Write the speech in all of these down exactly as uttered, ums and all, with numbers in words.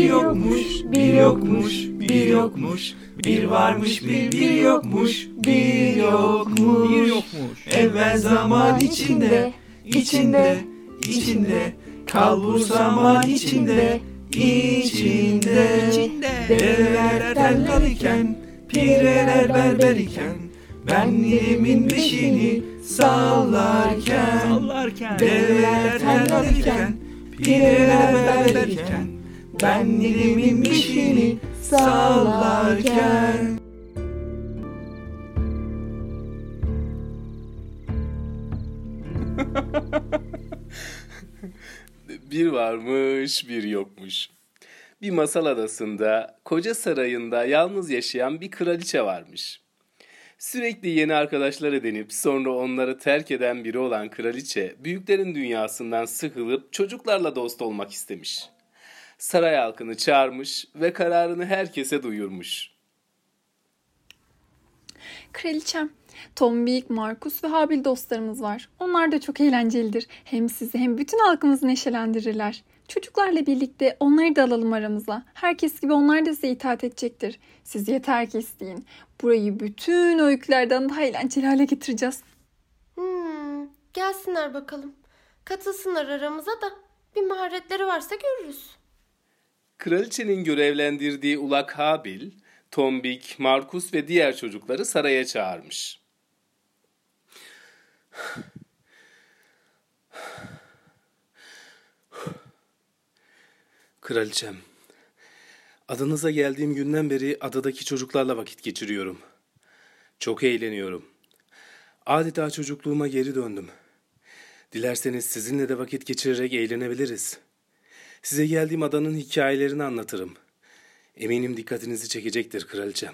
yokmuş, bir yokmuş, bir yokmuş, bir varmış, bir bir yokmuş, bir yokmuş, bir yokmuş. Evvel zaman içinde, içinde, içinde, kalbur zaman içinde, içinde, içinde. Develer teller iken, pireler berber iken, ben Nil'imin beşini sallarken, sallarken. Develer teller iken, pireler berber iken, ben Nil'imin beşini sallarken. Bir varmış, bir yokmuş. Bir masal adasında, koca sarayında yalnız yaşayan bir kraliçe varmış. Sürekli yeni arkadaşlar edinip sonra onları terk eden biri olan kraliçe, büyüklerin dünyasından sıkılıp çocuklarla dost olmak istemiş. Saray halkını çağırmış ve kararını herkese duyurmuş. Kraliçem, Tombik, Markus ve Habil dostlarımız var. Onlar da çok eğlencelidir. Hem sizi hem bütün halkımızı neşelendirirler. Çocuklarla birlikte onları da alalım aramıza. Herkes gibi onlar da size itaat edecektir. Siz yeter ki isteyin. Burayı bütün öykülerden daha eğlenceli hale getireceğiz. Hmm, gelsinler bakalım. Katılsınlar aramıza da bir maharetleri varsa görürüz. Kraliçenin görevlendirdiği ulak Habil, Tombik, Markus ve diğer çocukları saraya çağırmış. Kraliçem, adanıza geldiğim günden beri adadaki çocuklarla vakit geçiriyorum. Çok eğleniyorum. Adeta çocukluğuma geri döndüm. Dilerseniz sizinle de vakit geçirerek eğlenebiliriz. Size geldiğim adanın hikayelerini anlatırım. Eminim dikkatinizi çekecektir kraliçem.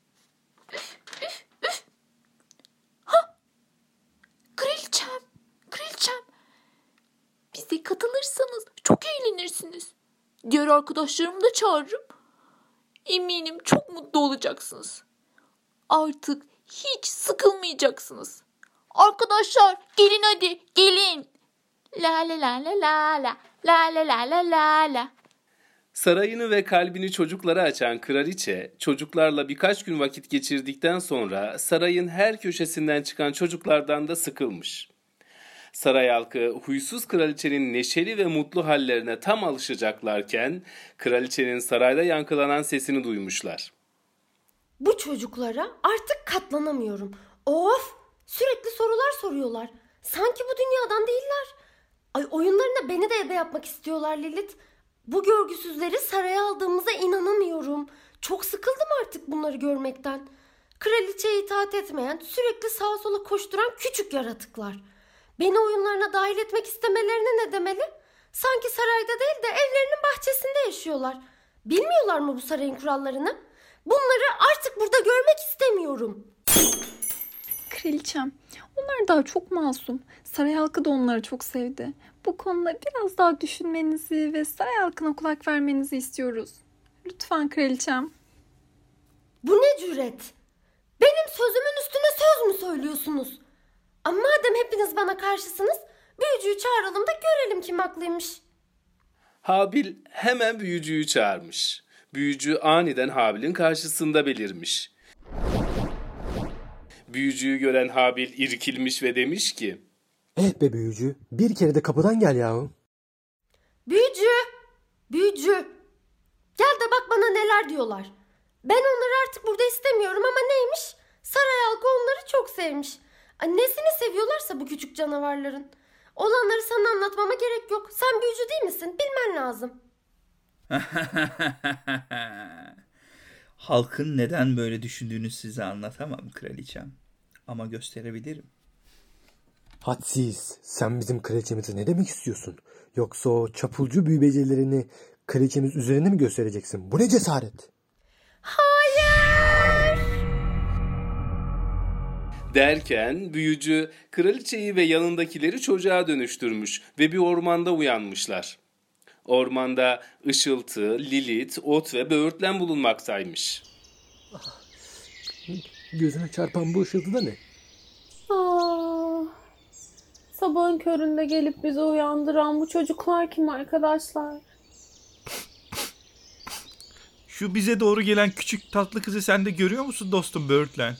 Ha! Kraliçem, kraliçem. Bize katılırsanız çok eğlenirsiniz. Diğer arkadaşlarımı da çağırırım. Eminim çok mutlu olacaksınız. Artık hiç sıkılmayacaksınız. Arkadaşlar gelin hadi gelin. La la la la la la la la la la la la. Sarayını ve kalbini çocuklara açan kraliçe, çocuklarla birkaç gün vakit geçirdikten sonra sarayın her köşesinden çıkan çocuklardan da sıkılmış. Saray halkı huysuz kraliçenin neşeli ve mutlu hallerine tam alışacaklarken, kraliçenin sarayda yankılanan sesini duymuşlar. Bu çocuklara artık katlanamıyorum. Of! Sürekli sorular soruyorlar. Sanki bu dünyadan değiller. Ay oyunlarında beni de ebe yapmak istiyorlar Lilith. Bu görgüsüzleri saraya aldığımıza inanamıyorum. Çok sıkıldım artık bunları görmekten. Kraliçeye itaat etmeyen, sürekli sağa sola koşturan küçük yaratıklar. Beni oyunlarına dahil etmek istemelerine ne demeli? Sanki sarayda değil de evlerinin bahçesinde yaşıyorlar. Bilmiyorlar mı bu sarayın kurallarını? Bunları artık burada görmek istemiyorum. Kraliçem, onlar daha çok masum. Saray halkı da onları çok sevdi. Bu konuda biraz daha düşünmenizi ve saray halkına kulak vermenizi istiyoruz. Lütfen kraliçem. Bu ne cüret? Benim sözümün üstüne söz mü söylüyorsunuz? Ama madem hepiniz bana karşısınız, büyücüyü çağıralım da görelim kim haklıymış. Habil hemen büyücüyü çağırmış. Büyücü aniden Habil'in karşısında belirmiş. Büyücüyü gören Habil irkilmiş ve demiş ki, "Eh be büyücü, bir kere de kapıdan gel yahu." Büyücü, büyücü, gel de bak bana neler diyorlar. Ben onları artık burada istemiyorum ama neymiş? Saray halkı onları çok sevmiş. Ay, nesini seviyorlarsa bu küçük canavarların. Olanları sana anlatmama gerek yok. Sen büyücü değil misin? Bilmen lazım. Halkın neden böyle düşündüğünü size anlatamam kraliçem. Ama gösterebilirim. Hadsiz, sen bizim kraliçemize ne demek istiyorsun? Yoksa o çapulcu büyü becerilerini kraliçemiz üzerine mi göstereceksin? Bu ne cesaret? Hayır! Derken büyücü kraliçeyi ve yanındakileri çocuğa dönüştürmüş ve bir ormanda uyanmışlar. Ormanda ışıltı, Lilith, ot ve böğürtlen bulunmaktaymış. Gözüne çarpan bu ışıltı da ne? Aa, sabahın köründe gelip bizi uyandıran bu çocuklar kim arkadaşlar? Şu bize doğru gelen küçük tatlı kızı sen de görüyor musun dostum Birdland?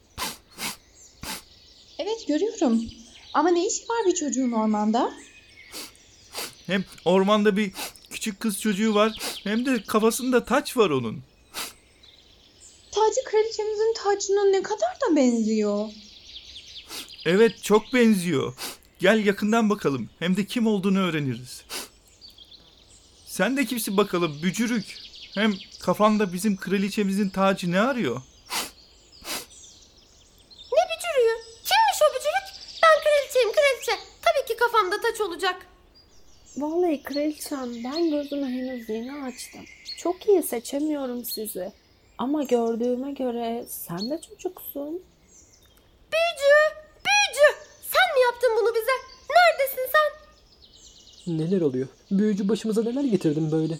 Evet görüyorum. Ama ne işi var bir çocuğun ormanda? Hem ormanda bir küçük kız çocuğu var hem de kafasında taç var onun. Tacı kraliçemizin tacına ne kadar da benziyor. Evet, çok benziyor. Gel yakından bakalım. Hem de kim olduğunu öğreniriz. Sen de kimsin bakalım bücürük? Hem kafanda bizim kraliçemizin tacı ne arıyor? Ne bücürüğü? Kimmiş o bücürük? Ben kraliçeyim kraliçe. Tabii ki kafamda taç olacak. Vallahi kraliçem, ben gözümü henüz yeni açtım. Çok iyi seçemiyorum sizi. Ama gördüğüme göre sen de çocuksun. Büyücü! Büyücü! Sen mi yaptın bunu bize? Neredesin sen? Neler oluyor? Büyücü başımıza neler getirdin böyle?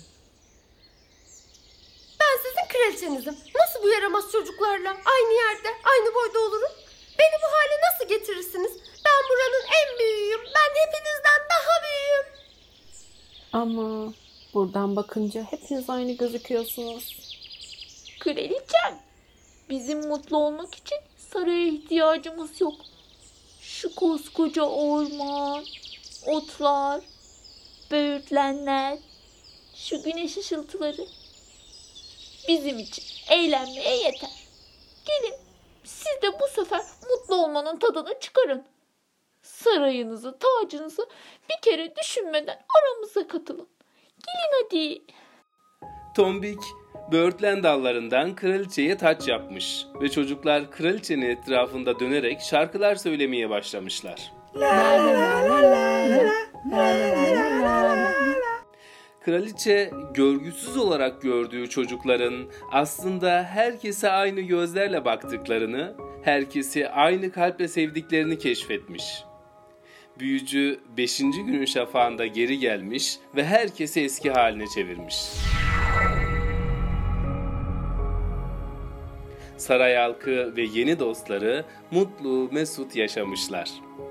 Ben sizin kraliçenizim. Nasıl bu yaramaz çocuklarla aynı yerde, aynı boyda olurum? Beni bu hale nasıl getirirsiniz? Ben buranın en büyüğüyüm. Ben hepinizden daha büyüğüm. Ama buradan bakınca hepiniz aynı gözüküyorsunuz. Kraliçem, bizim mutlu olmak için saraya ihtiyacımız yok. Şu koskoca orman, otlar, böğürtlenler, şu güneş ışıltıları bizim için eğlenmeye yeter. Gelin, siz de bu sefer mutlu olmanın tadını çıkarın. Sarayınızı, tacınızı bir kere düşünmeden aramıza katılın. Gelin hadi. Tombik, böğürtlen dallarından kraliçeye taç yapmış ve çocuklar kraliçenin etrafında dönerek şarkılar söylemeye başlamışlar. Kraliçe görgüsüz olarak gördüğü çocukların aslında herkese aynı gözlerle baktıklarını, herkesi aynı kalple sevdiklerini keşfetmiş. Büyücü beşinci günün şafağında geri gelmiş ve herkesi eski haline çevirmiş. Saray halkı ve yeni dostları mutlu mesut yaşamışlar.